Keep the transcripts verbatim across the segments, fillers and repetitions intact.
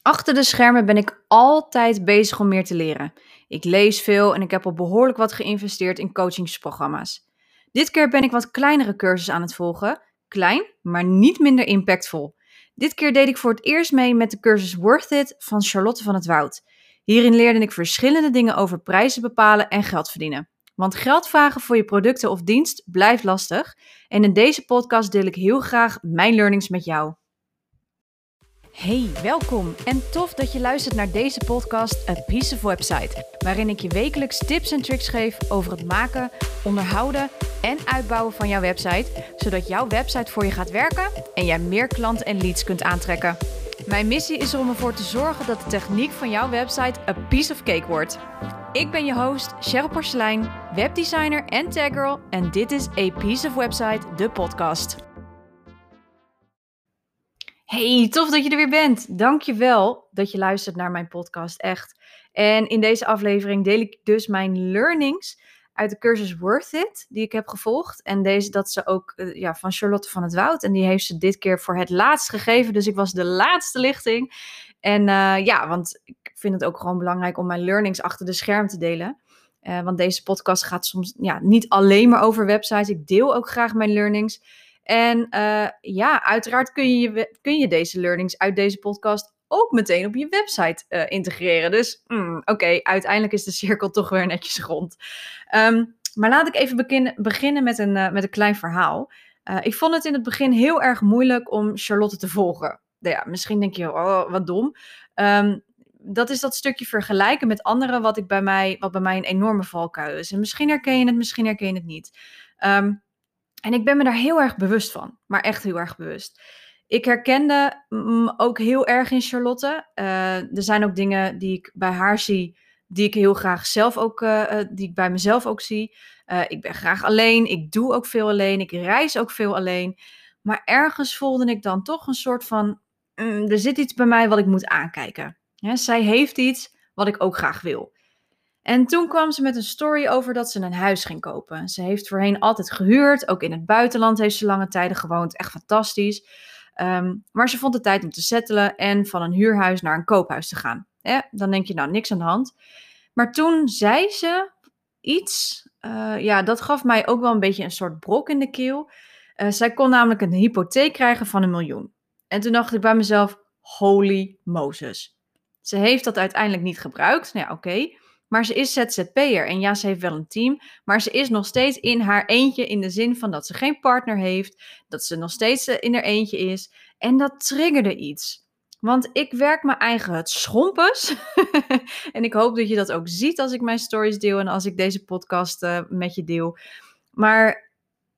Achter de schermen ben ik altijd bezig om meer te leren. Ik lees veel en ik heb al behoorlijk wat geïnvesteerd in coachingsprogramma's. Dit keer ben ik wat kleinere cursussen aan het volgen. Klein, maar niet minder impactvol. Dit keer deed ik voor het eerst mee met de cursus Worth It van Charlotte van het Woud. Hierin leerde ik verschillende dingen over prijzen bepalen en geld verdienen. Want geld vragen voor je producten of dienst blijft lastig. En in deze podcast deel ik heel graag mijn learnings met jou. Hey, welkom en tof dat je luistert naar deze podcast A Piece of Website, waarin ik je wekelijks tips en tricks geef over het maken, onderhouden en uitbouwen van jouw website, zodat jouw website voor je gaat werken en jij meer klanten en leads kunt aantrekken. Mijn missie is er om ervoor te zorgen dat de techniek van jouw website a piece of cake wordt. Ik ben je host, Cheryl Porcelein, webdesigner en taggirl en dit is A Piece of Website, de podcast. Hey, tof dat je er weer bent. Dank je wel dat je luistert naar mijn podcast, echt. En in deze aflevering deel ik dus mijn learnings uit de cursus Worth It, die ik heb gevolgd. En deze, dat is ook uh, ja, van Charlotte van het Woud. En die heeft ze dit keer voor het laatst gegeven. Dus ik was de laatste lichting. En uh, ja, want ik vind het ook gewoon belangrijk om mijn learnings achter de scherm te delen. Uh, want deze podcast gaat soms ja, niet alleen maar over websites. Ik deel ook graag mijn learnings. En uh, ja, uiteraard kun je, kun je deze learnings uit deze podcast ook meteen op je website uh, integreren. Dus mm, oké, okay, uiteindelijk is de cirkel toch weer netjes rond. Um, maar laat ik even beginnen, beginnen met, een, uh, met een klein verhaal. Uh, ik vond het in het begin heel erg moeilijk om Charlotte te volgen. Nou ja, misschien denk je, oh, wat dom. Um, dat is dat stukje vergelijken met anderen wat, ik bij mij, wat bij mij een enorme valkuil is. En misschien herken je het, misschien herken je het niet. Um, En ik ben me daar heel erg bewust van, maar echt heel erg bewust. Ik herkende mm, ook heel erg in Charlotte. Uh, er zijn ook dingen die ik bij haar zie, die ik heel graag zelf ook, uh, uh, die ik bij mezelf ook zie. Uh, ik ben graag alleen, ik doe ook veel alleen, ik reis ook veel alleen. Maar ergens voelde ik dan toch een soort van, mm, er zit iets bij mij wat ik moet aankijken. Ja, zij heeft iets wat ik ook graag wil. En toen kwam ze met een story over dat ze een huis ging kopen. Ze heeft voorheen altijd gehuurd, ook in het buitenland heeft ze lange tijden gewoond, echt fantastisch. Um, maar ze vond het tijd om te settelen en van een huurhuis naar een koophuis te gaan. Eh, dan denk je, nou, niks aan de hand. Maar toen zei ze iets, uh, ja, dat gaf mij ook wel een beetje een soort brok in de keel. Uh, zij kon namelijk een hypotheek krijgen van een miljoen. En toen dacht ik bij mezelf, holy Moses. Ze heeft dat uiteindelijk niet gebruikt, nou ja, oké. Okay. Maar ze is Z Z P'er en ja, ze heeft wel een team, maar ze is nog steeds in haar eentje in de zin van dat ze geen partner heeft, dat ze nog steeds in haar eentje is. En dat triggerde iets. Want ik werk mijn eigen het schompers. En ik hoop dat je dat ook ziet als ik mijn stories deel en als ik deze podcast uh, met je deel. Maar,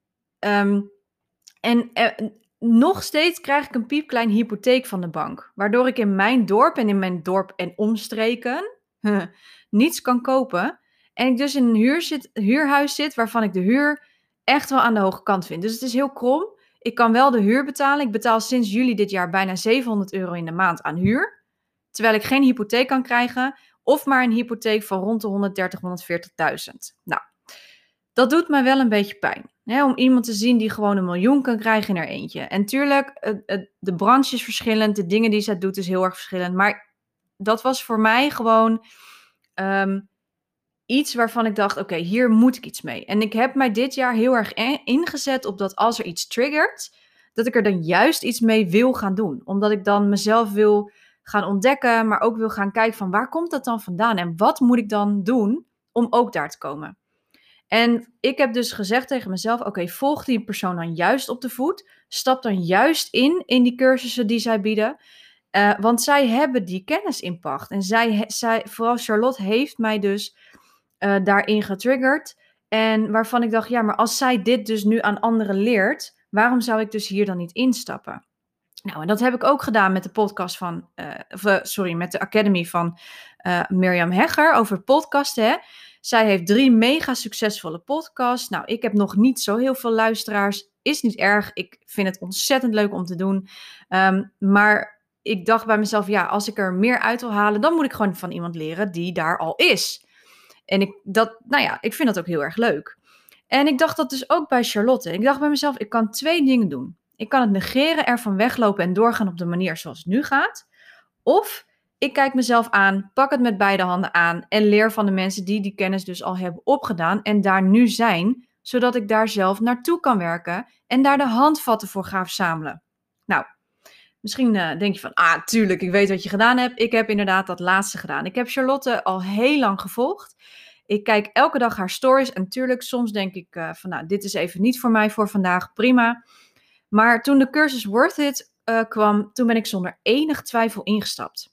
um, en uh, nog steeds krijg ik een piepklein hypotheek van de bank, waardoor ik in mijn dorp en in mijn dorp en omstreken niets kan kopen. En ik dus in een huur zit, huurhuis zit waarvan ik de huur echt wel aan de hoge kant vind. Dus het is heel krom. Ik kan wel de huur betalen. Ik betaal sinds juli dit jaar bijna zevenhonderd euro in de maand aan huur. Terwijl ik geen hypotheek kan krijgen. Of maar een hypotheek van rond de honderddertig, honderdveertigduizend. Nou, dat doet mij wel een beetje pijn. Hè, om iemand te zien die gewoon een miljoen kan krijgen in haar eentje. En tuurlijk, de branche is verschillend. De dingen die zij doet is heel erg verschillend. Maar dat was voor mij gewoon um, iets waarvan ik dacht, oké, okay, hier moet ik iets mee. En ik heb mij dit jaar heel erg ingezet op dat als er iets triggert, dat ik er dan juist iets mee wil gaan doen. Omdat ik dan mezelf wil gaan ontdekken, maar ook wil gaan kijken van waar komt dat dan vandaan? En wat moet ik dan doen om ook daar te komen? En ik heb dus gezegd tegen mezelf, oké, okay, volg die persoon dan juist op de voet. Stap dan juist in, in die cursussen die zij bieden. Uh, want zij hebben die kennis in pacht. En zij, zij, vooral Charlotte heeft mij dus uh, daarin getriggerd. En waarvan ik dacht, ja, maar als zij dit dus nu aan anderen leert, waarom zou ik dus hier dan niet instappen? Nou, en dat heb ik ook gedaan met de podcast van, uh, of, uh, sorry, met de Academy van uh, Mirjam Hegger over podcasten, hè. Zij heeft drie mega succesvolle podcasts. Nou, ik heb nog niet zo heel veel luisteraars. Is niet erg. Ik vind het ontzettend leuk om te doen. Um, maar ik dacht bij mezelf, ja, als ik er meer uit wil halen, dan moet ik gewoon van iemand leren die daar al is. En ik, dat, nou ja, ik vind dat ook heel erg leuk. En ik dacht dat dus ook bij Charlotte. Ik dacht bij mezelf, ik kan twee dingen doen. Ik kan het negeren, ervan weglopen en doorgaan op de manier zoals het nu gaat. Of ik kijk mezelf aan, pak het met beide handen aan en leer van de mensen die die kennis dus al hebben opgedaan en daar nu zijn, zodat ik daar zelf naartoe kan werken en daar de handvatten voor ga verzamelen. Nou, misschien uh, denk je van, ah, tuurlijk, ik weet wat je gedaan hebt. Ik heb inderdaad dat laatste gedaan. Ik heb Charlotte al heel lang gevolgd. Ik kijk elke dag haar stories en tuurlijk, soms denk ik uh, van, nou, dit is even niet voor mij voor vandaag, prima. Maar toen de cursus Worth It uh, kwam, toen ben ik zonder enig twijfel ingestapt.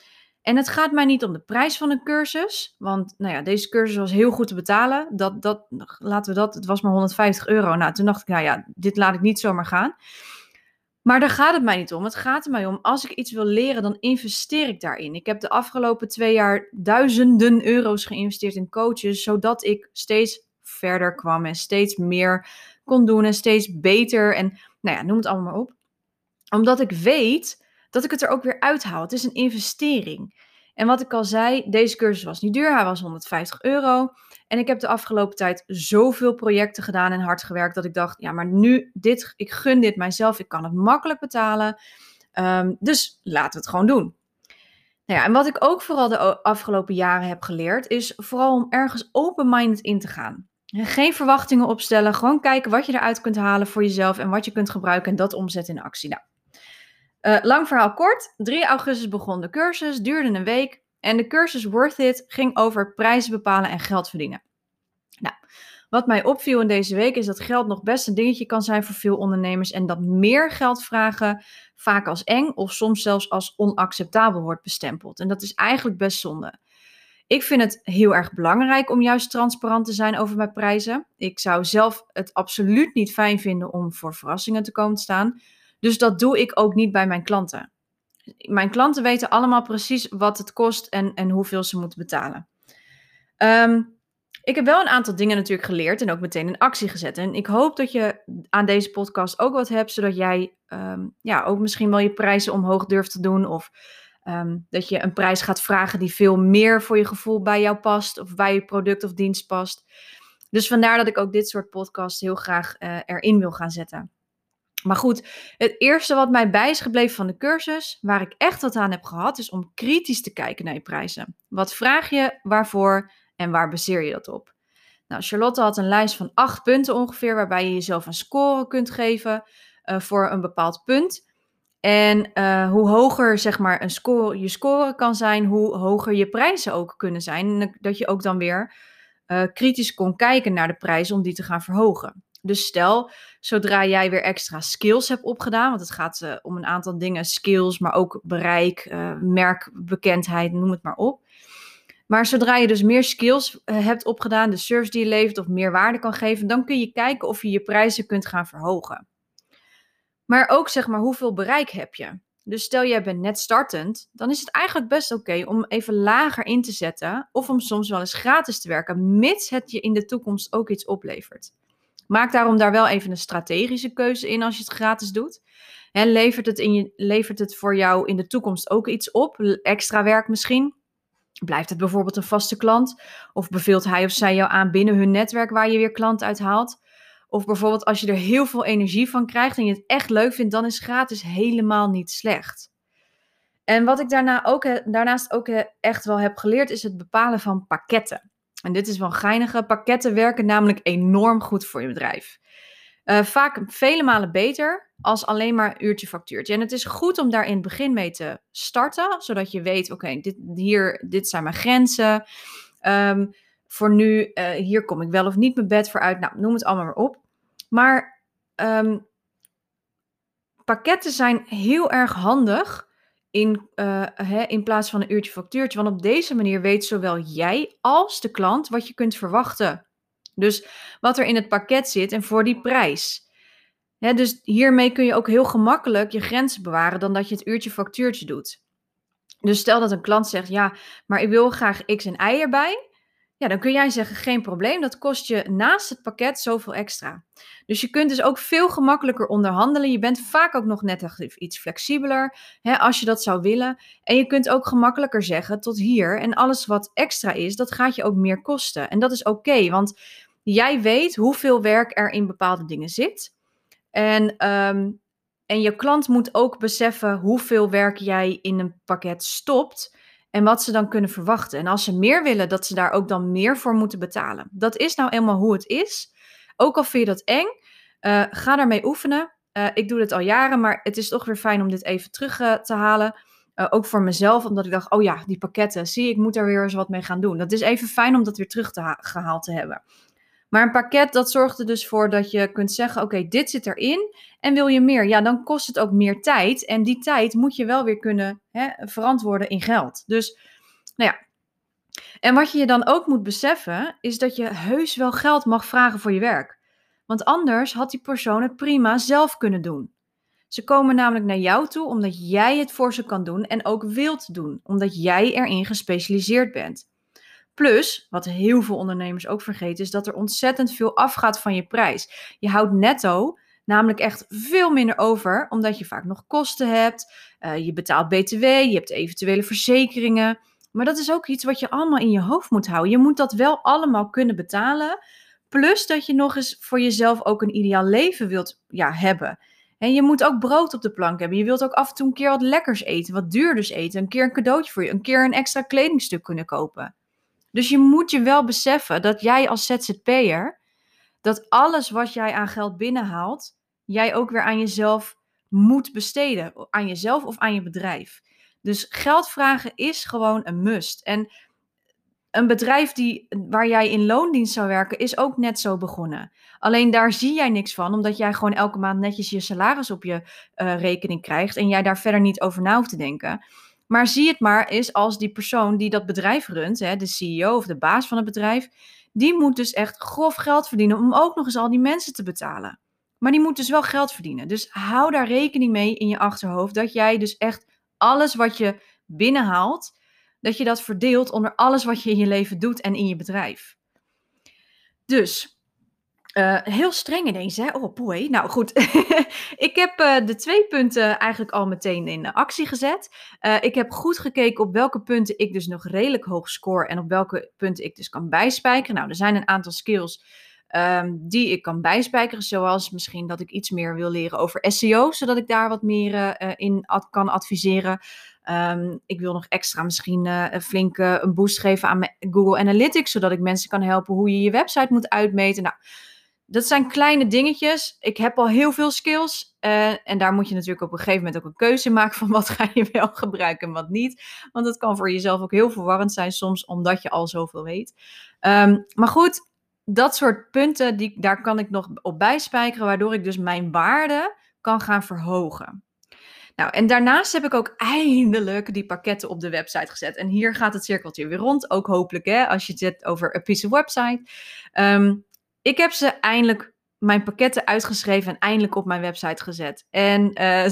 En het gaat mij niet om de prijs van een cursus, want nou ja, deze cursus was heel goed te betalen. Dat, dat, laten we dat, het was maar honderdvijftig euro. Nou, toen dacht ik, nou ja, dit laat ik niet zomaar gaan. Maar daar gaat het mij niet om. Het gaat er mij om, als ik iets wil leren, dan investeer ik daarin. Ik heb de afgelopen twee jaar duizenden euro's geïnvesteerd in coaches, zodat ik steeds verder kwam en steeds meer kon doen en steeds beter. En nou ja, noem het allemaal maar op. Omdat ik weet dat ik het er ook weer uithaal. Het is een investering. En wat ik al zei, deze cursus was niet duur. Hij was honderdvijftig euro. En ik heb de afgelopen tijd zoveel projecten gedaan en hard gewerkt dat ik dacht, ja, maar nu, dit, ik gun dit mijzelf. Ik kan het makkelijk betalen. Um, dus laten we het gewoon doen. Nou ja, en wat ik ook vooral de afgelopen jaren heb geleerd, is vooral om ergens open-minded in te gaan. Geen verwachtingen opstellen. Gewoon kijken wat je eruit kunt halen voor jezelf en wat je kunt gebruiken en dat omzetten in actie. Nou, Uh, lang verhaal kort, drie augustus begon de cursus, duurde een week en de cursus Worth It ging over prijzen bepalen en geld verdienen. Nou, wat mij opviel in deze week is dat geld nog best een dingetje kan zijn voor veel ondernemers en dat meer geld vragen vaak als eng of soms zelfs als onacceptabel wordt bestempeld. En dat is eigenlijk best zonde. Ik vind het heel erg belangrijk om juist transparant te zijn over mijn prijzen. Ik zou zelf het absoluut niet fijn vinden om voor verrassingen te komen te staan. Dus dat doe ik ook niet bij mijn klanten. Mijn klanten weten allemaal precies wat het kost en, en hoeveel ze moeten betalen. Um, ik heb wel een aantal dingen natuurlijk geleerd en ook meteen in actie gezet. En ik hoop dat je aan deze podcast ook wat hebt, zodat jij um, ja, ook misschien wel je prijzen omhoog durft te doen. Of um, dat je een prijs gaat vragen die veel meer voor je gevoel bij jou past. Of bij je product of dienst past. Dus vandaar dat ik ook dit soort podcasts heel graag uh, erin wil gaan zetten. Maar goed, het eerste wat mij bij is gebleven van de cursus, waar ik echt wat aan heb gehad, is om kritisch te kijken naar je prijzen. Wat vraag je, waarvoor en waar baseer je dat op? Nou, Charlotte had een lijst van acht punten ongeveer, waarbij je jezelf een score kunt geven uh, voor een bepaald punt. En uh, hoe hoger zeg maar, een score, je score kan zijn, hoe hoger je prijzen ook kunnen zijn. En dat je ook dan weer uh, kritisch kon kijken naar de prijzen om die te gaan verhogen. Dus stel, zodra jij weer extra skills hebt opgedaan, want het gaat uh, om een aantal dingen, skills, maar ook bereik, uh, merkbekendheid, noem het maar op. Maar zodra je dus meer skills uh, hebt opgedaan, de service die je levert of meer waarde kan geven, dan kun je kijken of je je prijzen kunt gaan verhogen. Maar ook zeg maar, hoeveel bereik heb je? Dus stel jij bent net startend, dan is het eigenlijk best oké okay om even lager in te zetten of om soms wel eens gratis te werken, mits het je in de toekomst ook iets oplevert. Maak daarom daar wel even een strategische keuze in als je het gratis doet. En levert het, in je, levert het voor jou in de toekomst ook iets op? Extra werk misschien? Blijft het bijvoorbeeld een vaste klant? Of beveelt hij of zij jou aan binnen hun netwerk waar je weer klant uit haalt? Of bijvoorbeeld als je er heel veel energie van krijgt en je het echt leuk vindt, dan is gratis helemaal niet slecht. En wat ik daarna ook, daarnaast ook echt wel heb geleerd is het bepalen van pakketten. En dit is wel geinige. Pakketten werken namelijk enorm goed voor je bedrijf. Uh, vaak vele malen beter als alleen maar uurtje factuurtje. En het is goed om daar in het begin mee te starten, zodat je weet, oké, okay, dit, hier, dit zijn mijn grenzen. Um, voor nu, uh, hier kom ik wel of niet mijn bed voor uit. Nou, noem het allemaal maar op. Maar um, pakketten zijn heel erg handig in, uh, hè, in plaats van een uurtje factuurtje. Want op deze manier weet zowel jij als de klant wat je kunt verwachten. Dus wat er in het pakket zit en voor die prijs. Hè, dus hiermee kun je ook heel gemakkelijk je grenzen bewaren dan dat je het uurtje factuurtje doet. Dus stel dat een klant zegt, ja, maar ik wil graag X en Y erbij. Ja, dan kun jij zeggen, geen probleem, dat kost je naast het pakket zoveel extra. Dus je kunt dus ook veel gemakkelijker onderhandelen. Je bent vaak ook nog net iets flexibeler, hè, als je dat zou willen. En je kunt ook gemakkelijker zeggen, tot hier. En alles wat extra is, dat gaat je ook meer kosten. En dat is oké, okay, want jij weet hoeveel werk er in bepaalde dingen zit. En, um, En je klant moet ook beseffen hoeveel werk jij in een pakket stopt en wat ze dan kunnen verwachten. En als ze meer willen, dat ze daar ook dan meer voor moeten betalen. Dat is nou eenmaal hoe het is. Ook al vind je dat eng, uh, ga daarmee oefenen. Uh, ik doe dit al jaren, maar het is toch weer fijn om dit even terug uh, te halen. Uh, ook voor mezelf, omdat ik dacht, oh ja, die pakketten, zie, ik moet daar weer eens wat mee gaan doen. Dat is even fijn om dat weer terug te ha- gehaald te hebben. Maar een pakket, dat zorgt er dus voor dat je kunt zeggen, oké, okay, dit zit erin en wil je meer? Ja, dan kost het ook meer tijd en die tijd moet je wel weer kunnen hè, verantwoorden in geld. Dus, nou ja. En wat je je dan ook moet beseffen, is dat je heus wel geld mag vragen voor je werk. Want anders had die persoon het prima zelf kunnen doen. Ze komen namelijk naar jou toe omdat jij het voor ze kan doen en ook wilt doen, omdat jij erin gespecialiseerd bent. Plus, wat heel veel ondernemers ook vergeten, is dat er ontzettend veel afgaat van je prijs. Je houdt netto namelijk echt veel minder over, omdat je vaak nog kosten hebt. Uh, je betaalt B T W, je hebt eventuele verzekeringen. Maar dat is ook iets wat je allemaal in je hoofd moet houden. Je moet dat wel allemaal kunnen betalen. Plus dat je nog eens voor jezelf ook een ideaal leven wilt ja, hebben. En je moet ook brood op de plank hebben. Je wilt ook af en toe een keer wat lekkers eten, wat duurders eten. Een keer een cadeautje voor je, een keer een extra kledingstuk kunnen kopen. Dus je moet je wel beseffen dat jij als Z Z P'er, dat alles wat jij aan geld binnenhaalt, jij ook weer aan jezelf moet besteden. Aan jezelf of aan je bedrijf. Dus geld vragen is gewoon een must. En een bedrijf die, waar jij in loondienst zou werken, is ook net zo begonnen. Alleen daar zie jij niks van, omdat jij gewoon elke maand netjes je salaris op je uh, rekening krijgt en jij daar verder niet over na hoeft te denken. Maar zie het maar eens als die persoon die dat bedrijf runt, hè, de C E O of de baas van het bedrijf, die moet dus echt grof geld verdienen om ook nog eens al die mensen te betalen. Maar die moet dus wel geld verdienen. Dus hou daar rekening mee in je achterhoofd dat jij dus echt alles wat je binnenhaalt, dat je dat verdeelt onder alles wat je in je leven doet en in je bedrijf. Dus, uh, heel streng ineens, hè? Oh boy, nou goed. Ik heb uh, de twee punten eigenlijk al meteen in actie gezet. Uh, ik heb goed gekeken op welke punten ik dus nog redelijk hoog score en op welke punten ik dus kan bijspijkeren. Nou, er zijn een aantal skills um, die ik kan bijspijkeren, zoals misschien dat ik iets meer wil leren over S E O, zodat ik daar wat meer uh, in ad- kan adviseren. Um, ik wil nog extra misschien uh, een flinke een boost geven aan mijn Google Analytics, zodat ik mensen kan helpen hoe je je website moet uitmeten. Nou, dat zijn kleine dingetjes. Ik heb al heel veel skills. Uh, en daar moet je natuurlijk op een gegeven moment ook een keuze in maken van wat ga je wel gebruiken en wat niet. Want het kan voor jezelf ook heel verwarrend zijn soms, omdat je al zoveel weet. Um, maar goed, dat soort punten, die, daar kan ik nog op bijspijkeren, waardoor ik dus mijn waarde kan gaan verhogen. Nou, en daarnaast heb ik ook eindelijk die pakketten op de website gezet. En hier gaat het cirkeltje weer rond. Ook hopelijk, hè, als je het zet over a piece of website. Um, ik heb ze eindelijk, mijn pakketten uitgeschreven en eindelijk op mijn website gezet. En, uh,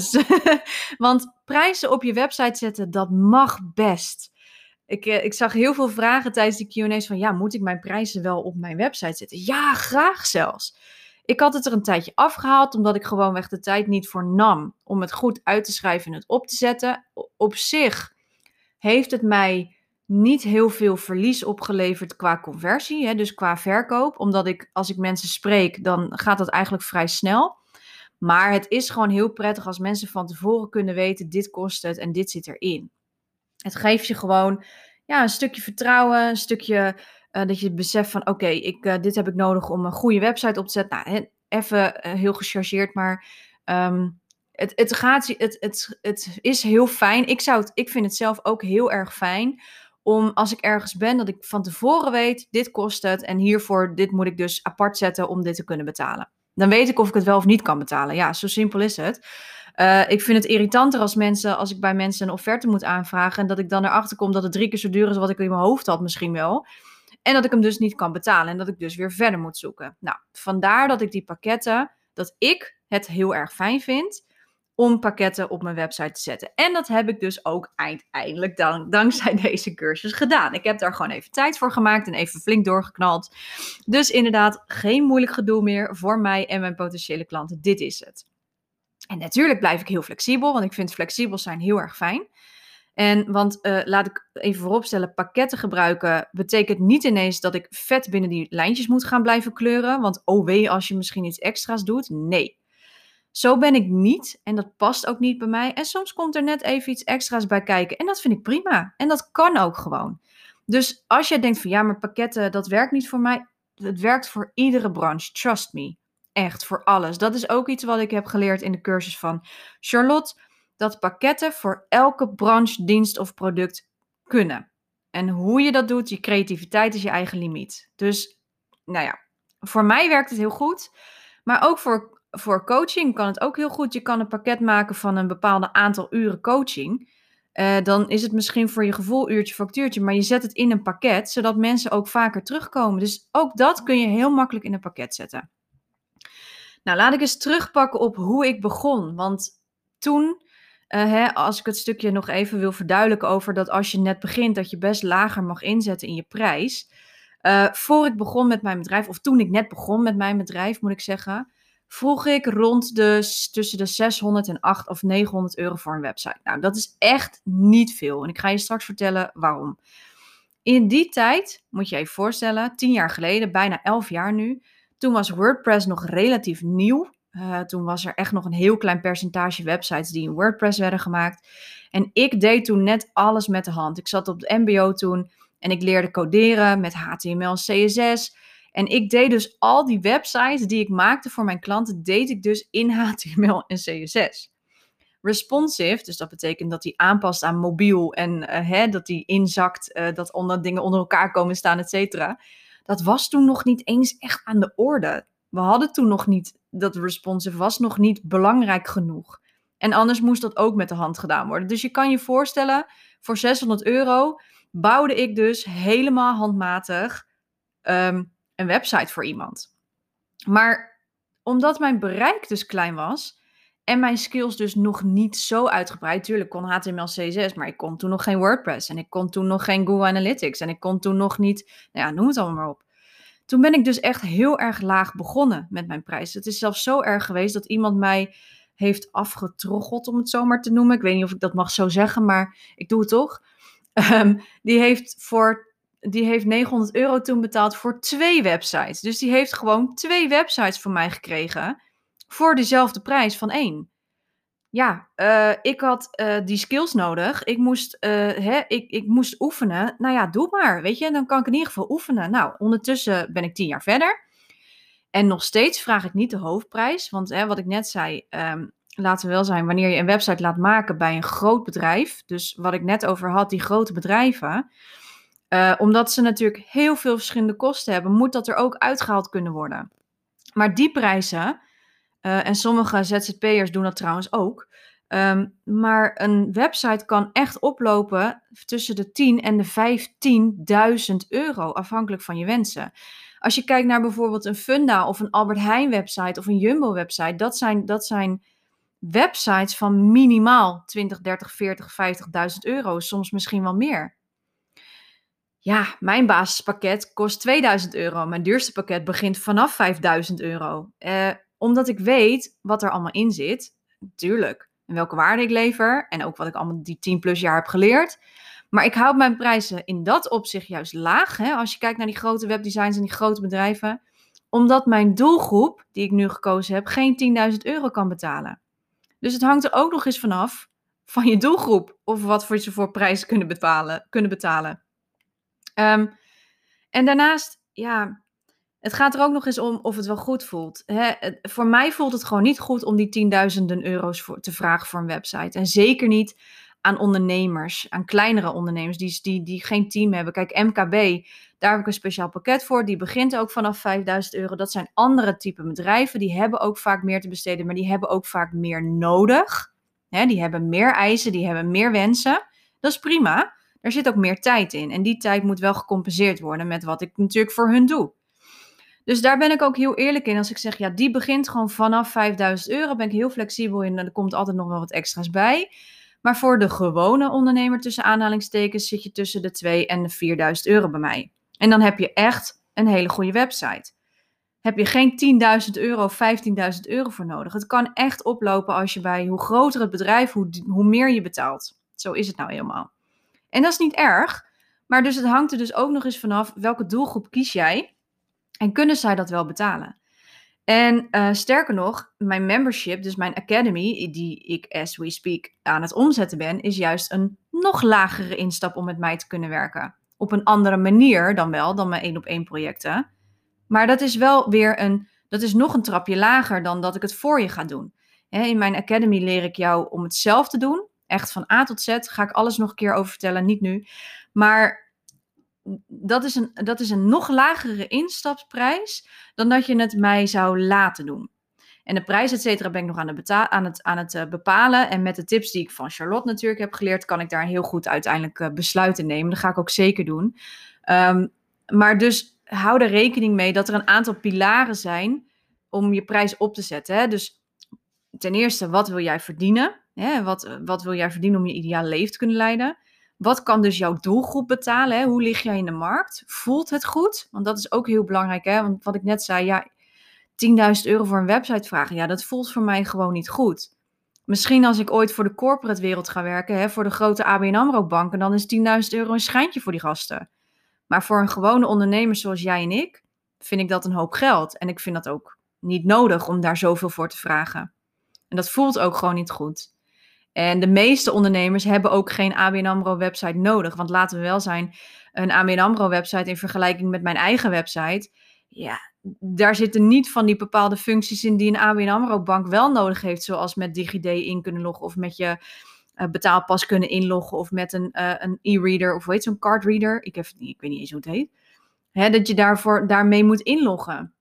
want prijzen op je website zetten, dat mag best. Ik, uh, ik zag heel veel vragen tijdens die Q en A's van, ja, moet ik mijn prijzen wel op mijn website zetten? Ja, graag zelfs. Ik had het er een tijdje afgehaald, omdat ik gewoonweg de tijd niet voor nam om het goed uit te schrijven en het op te zetten. Op zich heeft het mij niet heel veel verlies opgeleverd qua conversie, hè, dus qua verkoop. Omdat ik, als ik mensen spreek, dan gaat dat eigenlijk vrij snel. Maar het is gewoon heel prettig als mensen van tevoren kunnen weten, dit kost het en dit zit erin. Het geeft je gewoon ja, een stukje vertrouwen, een stukje uh, dat je beseft van oké, okay, ik, uh, dit heb ik nodig om een goede website op te zetten. Nou, he, even uh, heel gechargeerd, maar um, het, het, gaat, het, het, het is heel fijn. Ik, zou het, ik vind het zelf ook heel erg fijn om als ik ergens ben, dat ik van tevoren weet, dit kost het en hiervoor, dit moet ik dus apart zetten om dit te kunnen betalen. Dan weet ik of ik het wel of niet kan betalen. Ja, zo simpel is het. Uh, ik vind het irritanter als mensen, als ik bij mensen een offerte moet aanvragen en dat ik dan erachter kom dat het drie keer zo duur is wat ik in mijn hoofd had misschien wel. En dat ik hem dus niet kan betalen en dat ik dus weer verder moet zoeken. Nou, vandaar dat ik die pakketten, dat ik het heel erg fijn vind om pakketten op mijn website te zetten. En dat heb ik dus ook uiteindelijk dank, dankzij deze cursus gedaan. Ik heb daar gewoon even tijd voor gemaakt en even flink doorgeknald. Dus inderdaad, geen moeilijk gedoe meer voor mij en mijn potentiële klanten. Dit is het. En natuurlijk blijf ik heel flexibel, want ik vind flexibel zijn heel erg fijn. En want uh, laat ik even vooropstellen, pakketten gebruiken betekent niet ineens dat ik vet binnen die lijntjes moet gaan blijven kleuren. Want oh wee, als je misschien iets extra's doet. Nee. Zo ben ik niet en dat past ook niet bij mij. En soms komt er net even iets extra's bij kijken en dat vind ik prima. En dat kan ook gewoon. Dus als je denkt van ja, maar pakketten, dat werkt niet voor mij. Het werkt voor iedere branche, trust me. Echt, voor alles. Dat is ook iets wat ik heb geleerd in de cursus van Charlotte. Dat pakketten voor elke branche, dienst of product kunnen. En hoe je dat doet, je creativiteit is je eigen limiet. Dus, nou ja, voor mij werkt het heel goed. Maar ook voor, voor coaching kan het ook heel goed. Je kan een pakket maken van een bepaalde aantal uren coaching. Uh, dan is het misschien voor je gevoel uurtje factuurtje, maar je zet het in een pakket, zodat mensen ook vaker terugkomen. Dus ook dat kun je heel makkelijk in een pakket zetten. Nou, laat ik eens terugpakken op hoe ik begon. Want toen, uh, hè, als ik het stukje nog even wil verduidelijken over dat als je net begint, dat je best lager mag inzetten in je prijs. Uh, voor ik begon met mijn bedrijf, of toen ik net begon met mijn bedrijf, moet ik zeggen, vroeg ik rond de, tussen de zeshonderd en achthonderd of negenhonderd euro voor een website. Nou, dat is echt niet veel. En ik ga je straks vertellen waarom. In die tijd, moet je je even voorstellen, tien jaar geleden, bijna elf jaar nu, toen was WordPress nog relatief nieuw. Uh, toen was er echt nog een heel klein percentage websites die in WordPress werden gemaakt. En ik deed toen net alles met de hand. Ik zat op de M B O toen en ik leerde coderen met H T M L en C S S. En ik deed dus al die websites die ik maakte voor mijn klanten, deed ik dus in H T M L en C S S. Responsive, dus dat betekent dat die aanpast aan mobiel en uh, hè, dat die inzakt, uh, dat onder, dingen onder elkaar komen staan, et cetera. Dat was toen nog niet eens echt aan de orde. We hadden toen nog niet, dat responsive was nog niet belangrijk genoeg. En anders moest dat ook met de hand gedaan worden. Dus je kan je voorstellen, voor zeshonderd euro bouwde ik dus helemaal handmatig um, een website voor iemand. Maar omdat mijn bereik dus klein was en mijn skills dus nog niet zo uitgebreid, tuurlijk kon H T M L, C S S, maar ik kon toen nog geen WordPress en ik kon toen nog geen Google Analytics en ik kon toen nog niet, nou ja, noem het allemaal maar op. Toen ben ik dus echt heel erg laag begonnen met mijn prijs. Het is zelfs zo erg geweest dat iemand mij heeft afgetroggeld, om het zo maar te noemen. Ik weet niet of ik dat mag zo zeggen, maar ik doe het toch. Um, die heeft voor Die heeft negenhonderd euro toen betaald voor twee websites. Dus die heeft gewoon twee websites van mij gekregen voor dezelfde prijs van één. Ja, uh, ik had uh, die skills nodig. Ik moest, uh, hè, ik, ik moest oefenen. Nou ja, doe maar, weet je. Dan kan ik in ieder geval oefenen. Nou, ondertussen ben ik tien jaar verder. En nog steeds vraag ik niet de hoofdprijs. Want hè, wat ik net zei, um, laten we wel zijn, wanneer je een website laat maken bij een groot bedrijf. Dus wat ik net over had, die grote bedrijven. Uh, omdat ze natuurlijk heel veel verschillende kosten hebben, moet dat er ook uitgehaald kunnen worden. Maar die prijzen, uh, en sommige Z Z P'ers doen dat trouwens ook, um, maar een website kan echt oplopen tussen de tien en de vijftienduizend euro, afhankelijk van je wensen. Als je kijkt naar bijvoorbeeld een Funda of een Albert Heijn website of een Jumbo website, dat zijn, dat zijn websites van minimaal twintig, dertig, veertig, vijftigduizend euro, soms misschien wel meer. Ja, mijn basispakket kost tweeduizend euro. Mijn duurste pakket begint vanaf vijfduizend euro. Uh, omdat ik weet wat er allemaal in zit. Natuurlijk. En welke waarde ik lever. En ook wat ik allemaal die tien plus jaar heb geleerd. Maar ik houd mijn prijzen in dat opzicht juist laag. Hè, als je kijkt naar die grote webdesigns en die grote bedrijven. Omdat mijn doelgroep, die ik nu gekozen heb, geen tienduizend euro kan betalen. Dus het hangt er ook nog eens vanaf van je doelgroep. Of wat voor ze voor prijzen kunnen betalen. Kunnen betalen. Um, en daarnaast, ja, het gaat er ook nog eens om of het wel goed voelt. Hè? Voor mij voelt het gewoon niet goed om die tienduizenden euro's voor, te vragen voor een website. En zeker niet aan ondernemers, aan kleinere ondernemers die, die, die geen team hebben. Kijk, M K B, daar heb ik een speciaal pakket voor. Die begint ook vanaf vijfduizend euro. Dat zijn andere type bedrijven. Die hebben ook vaak meer te besteden, maar die hebben ook vaak meer nodig. Hè? Die hebben meer eisen, die hebben meer wensen. Dat is prima. Er zit ook meer tijd in. En die tijd moet wel gecompenseerd worden met wat ik natuurlijk voor hun doe. Dus daar ben ik ook heel eerlijk in. Als ik zeg, ja, die begint gewoon vanaf vijfduizend euro. Ben ik heel flexibel in. En er komt altijd nog wel wat extra's bij. Maar voor de gewone ondernemer tussen aanhalingstekens zit je tussen de tweeduizend en de vierduizend euro bij mij. En dan heb je echt een hele goede website. Heb je geen tienduizend euro of vijftienduizend euro voor nodig. Het kan echt oplopen als je bij hoe groter het bedrijf, hoe, hoe meer je betaalt. Zo is het nou helemaal. En dat is niet erg, maar dus het hangt er dus ook nog eens vanaf welke doelgroep kies jij en kunnen zij dat wel betalen. En uh, sterker nog, mijn membership, dus mijn academy, die ik as we speak aan het omzetten ben, is juist een nog lagere instap om met mij te kunnen werken. Op een andere manier dan wel, dan mijn één op één projecten. Maar dat is wel weer een, dat is nog een trapje lager dan dat ik het voor je ga doen. He, in mijn academy leer ik jou om het zelf te doen. Echt van A tot Z. Ga ik alles nog een keer over vertellen, niet nu. Maar dat is een, dat is een nog lagere instapsprijs dan dat je het mij zou laten doen. En de prijs, et cetera, ben ik nog aan, de beta- aan het, aan het uh, bepalen. En met de tips die ik van Charlotte natuurlijk heb geleerd, kan ik daar heel goed uiteindelijk uh, besluiten nemen. Dat ga ik ook zeker doen. Um, maar dus hou er rekening mee dat er een aantal pilaren zijn om je prijs op te zetten. Hè? Dus ten eerste, wat wil jij verdienen? Hè? Wat, wat wil jij verdienen om je ideale leven te kunnen leiden? Wat kan dus jouw doelgroep betalen? Hè? Hoe lig jij in de markt? Voelt het goed? Want dat is ook heel belangrijk. Hè? Want wat ik net zei, ja, tienduizend euro voor een website vragen, ja, dat voelt voor mij gewoon niet goed. Misschien als ik ooit voor de corporate wereld ga werken, hè, voor de grote A B N AMRO banken, dan is tienduizend euro een schijntje voor die gasten. Maar voor een gewone ondernemer zoals jij en ik, vind ik dat een hoop geld. En ik vind dat ook niet nodig om daar zoveel voor te vragen. En dat voelt ook gewoon niet goed. En de meeste ondernemers hebben ook geen A B N AMRO website nodig. Want laten we wel zijn, een A B N AMRO website in vergelijking met mijn eigen website, ja, daar zitten niet van die bepaalde functies in die een A B N AMRO bank wel nodig heeft. Zoals met DigiD in kunnen loggen of met je uh, betaalpas kunnen inloggen of met een, uh, een e-reader of hoe heet zo'n cardreader. Ik, heb, ik weet niet eens hoe het heet. Hè, dat je daarvoor, daarmee moet inloggen.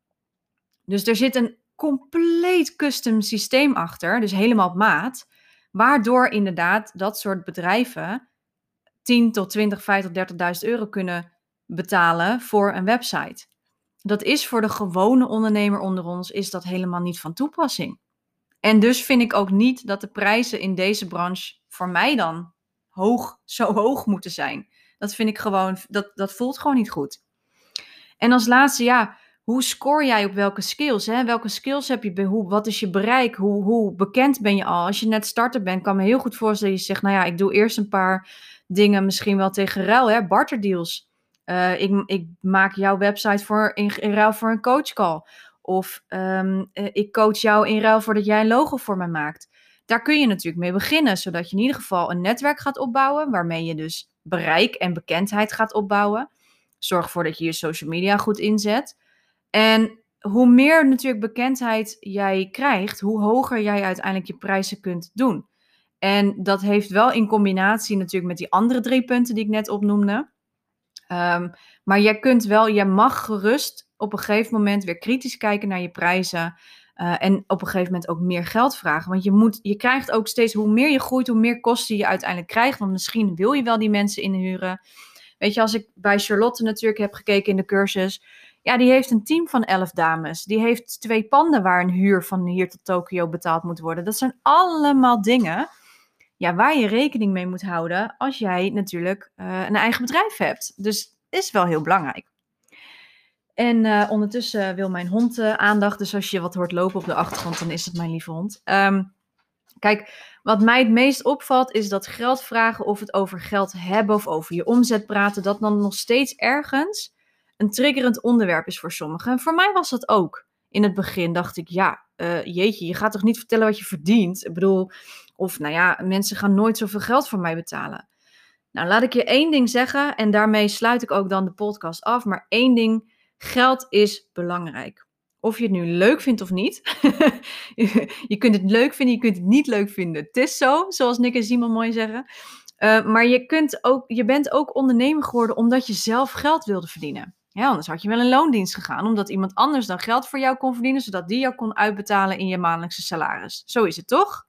Dus er zit een compleet custom systeem achter, dus helemaal op maat, waardoor inderdaad dat soort bedrijven tien tot twintig, vijftig, dertigduizend euro kunnen betalen voor een website. Dat is voor de gewone ondernemer onder ons is dat helemaal niet van toepassing. En dus vind ik ook niet dat de prijzen in deze branche voor mij dan hoog, zo hoog moeten zijn. Dat vind ik gewoon, dat, dat voelt gewoon niet goed. En als laatste, ja, hoe score jij op welke skills? Hè? Welke skills heb je? Hoe, wat is je bereik? Hoe, hoe bekend ben je al? Als je net starter bent, kan me heel goed voorstellen dat je zegt, nou ja, ik doe eerst een paar dingen misschien wel tegen ruil, hè? Barterdeals. Uh, ik, ik maak jouw website voor, in, in ruil voor een coachcall. Of um, uh, ik coach jou in ruil voor dat jij een logo voor mij maakt. Daar kun je natuurlijk mee beginnen, zodat je in ieder geval een netwerk gaat opbouwen, waarmee je dus bereik en bekendheid gaat opbouwen. Zorg ervoor dat je je social media goed inzet. En hoe meer natuurlijk bekendheid jij krijgt, hoe hoger jij uiteindelijk je prijzen kunt doen. En dat heeft wel in combinatie natuurlijk met die andere drie punten die ik net opnoemde. Um, maar jij kunt wel, jij mag gerust op een gegeven moment weer kritisch kijken naar je prijzen. Uh, en op een gegeven moment ook meer geld vragen. Want je, moet, je krijgt ook steeds, hoe meer je groeit, hoe meer kosten je uiteindelijk krijgt. Want misschien wil je wel die mensen inhuren. Weet je, als ik bij Charlotte natuurlijk heb gekeken in de cursus. Ja, die heeft een team van elf dames. Die heeft twee panden waar een huur van hier tot Tokio betaald moet worden. Dat zijn allemaal dingen, ja, waar je rekening mee moet houden als jij natuurlijk uh, een eigen bedrijf hebt. Dus is wel heel belangrijk. En uh, ondertussen wil mijn hond uh, aandacht. Dus als je wat hoort lopen op de achtergrond, dan is het mijn lieve hond. Um, kijk, wat mij het meest opvalt is dat geld vragen of het over geld hebben of over je omzet praten, dat dan nog steeds ergens een triggerend onderwerp is voor sommigen. En voor mij was dat ook. In het begin dacht ik, ja, uh, jeetje, je gaat toch niet vertellen wat je verdient? Ik bedoel, of nou ja, mensen gaan nooit zoveel geld voor mij betalen. Nou, laat ik je één ding zeggen en daarmee sluit ik ook dan de podcast af. Maar één ding, geld is belangrijk. Of je het nu leuk vindt of niet. Je kunt het leuk vinden, je kunt het niet leuk vinden. Het is zo, zoals Nick en Simon mooi zeggen. Uh, maar je, kunt ook, je bent ook ondernemer geworden omdat je zelf geld wilde verdienen. Ja, anders had je wel in loondienst gegaan, omdat iemand anders dan geld voor jou kon verdienen, zodat die jou kon uitbetalen in je maandelijkse salaris. Zo is het toch?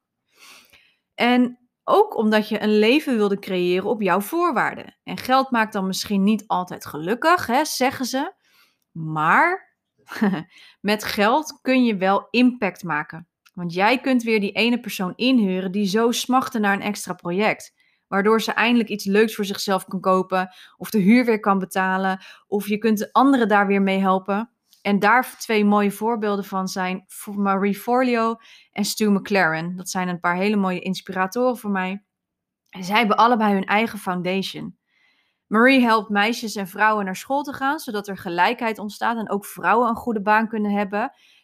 En ook omdat je een leven wilde creëren op jouw voorwaarden. En geld maakt dan misschien niet altijd gelukkig, hè, zeggen ze. Maar met geld kun je wel impact maken. Want jij kunt weer die ene persoon inhuren die zo smachtte naar een extra project. Waardoor ze eindelijk iets leuks voor zichzelf kan kopen. Of de huur weer kan betalen. Of je kunt de anderen daar weer mee helpen. En daar twee mooie voorbeelden van zijn Marie Forleo en Stu McLaren. Dat zijn een paar hele mooie inspiratoren voor mij. En zij hebben allebei hun eigen foundation. Marie helpt meisjes en vrouwen naar school te gaan, zodat er gelijkheid ontstaat en ook vrouwen een goede baan kunnen hebben.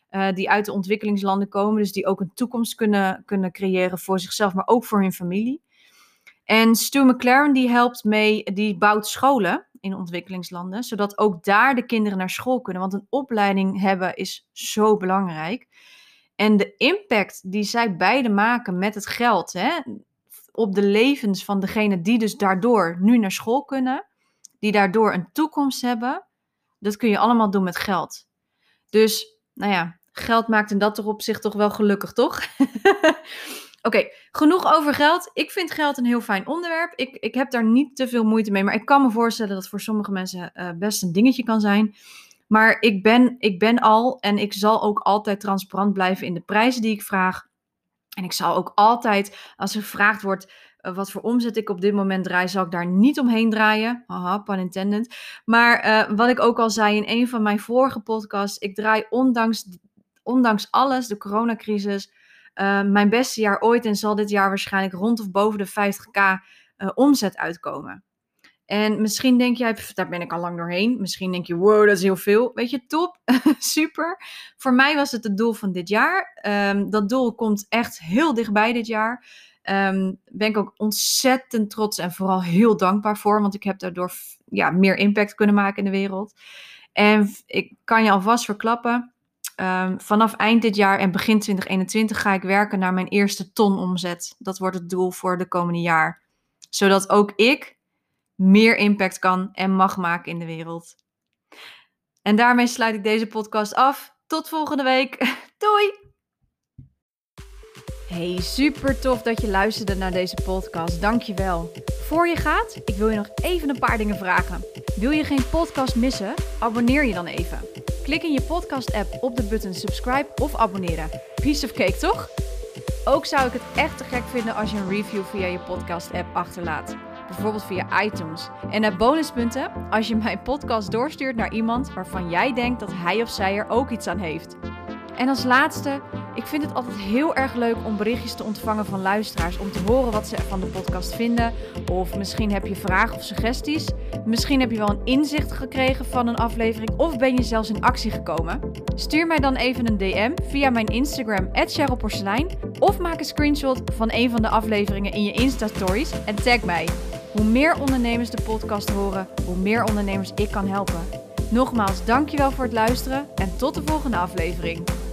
uh, die uit de ontwikkelingslanden komen. Dus die ook een toekomst kunnen, kunnen creëren voor zichzelf, maar ook voor hun familie. En Stu McLaren die helpt mee, die bouwt scholen in ontwikkelingslanden, zodat ook daar de kinderen naar school kunnen. Want een opleiding hebben is zo belangrijk. En de impact die zij beide maken met het geld, hè, op de levens van degenen die dus daardoor nu naar school kunnen, die daardoor een toekomst hebben, dat kun je allemaal doen met geld. Dus, nou ja, geld maakt in dat opzicht toch wel gelukkig, toch? Oké, okay, genoeg over geld. Ik vind geld een heel fijn onderwerp. Ik, ik heb daar niet te veel moeite mee, maar ik kan me voorstellen dat het voor sommige mensen uh, best een dingetje kan zijn. Maar ik ben, ik ben al en ik zal ook altijd transparant blijven in de prijzen die ik vraag. En ik zal ook altijd, als er gevraagd wordt uh, wat voor omzet ik op dit moment draai, zal ik daar niet omheen draaien. Haha, pun intended. Maar uh, wat ik ook al zei in een van mijn vorige podcasts, ik draai ondanks, ondanks alles, de coronacrisis, uh, mijn beste jaar ooit en zal dit jaar waarschijnlijk rond of boven de vijftig k uh, omzet uitkomen. En misschien denk jij, pff, daar ben ik al lang doorheen. Misschien denk je, wow, dat is heel veel. Weet je, top, super. Voor mij was het het doel van dit jaar. Um, dat doel komt echt heel dichtbij dit jaar. Um, ben ik ook ontzettend trots en vooral heel dankbaar voor. Want ik heb daardoor ja, meer impact kunnen maken in de wereld. En ik kan je alvast verklappen. Um, vanaf eind dit jaar en begin twintig eenentwintig ga ik werken naar mijn eerste ton omzet. Dat wordt het doel voor de komende jaar. Zodat ook ik meer impact kan en mag maken in de wereld. En daarmee sluit ik deze podcast af. Tot volgende week. Doei! Hey, super tof dat je luisterde naar deze podcast. Dank je wel. Voor je gaat, ik wil je nog even een paar dingen vragen. Wil je geen podcast missen? Abonneer je dan even. Klik in je podcast-app op de button subscribe of abonneren. Piece of cake, toch? Ook zou ik het echt te gek vinden als je een review via je podcast-app achterlaat. Bijvoorbeeld via iTunes. En heb bonuspunten als je mijn podcast doorstuurt naar iemand waarvan jij denkt dat hij of zij er ook iets aan heeft. En als laatste, ik vind het altijd heel erg leuk om berichtjes te ontvangen van luisteraars. Om te horen wat ze van de podcast vinden. Of misschien heb je vragen of suggesties. Misschien heb je wel een inzicht gekregen van een aflevering. Of ben je zelfs in actie gekomen. Stuur mij dan even een D M via mijn Instagram at Cheryl Porcelein. Of maak een screenshot van een van de afleveringen in je Insta-stories en tag mij. Hoe meer ondernemers de podcast horen, hoe meer ondernemers ik kan helpen. Nogmaals, dankjewel voor het luisteren en tot de volgende aflevering.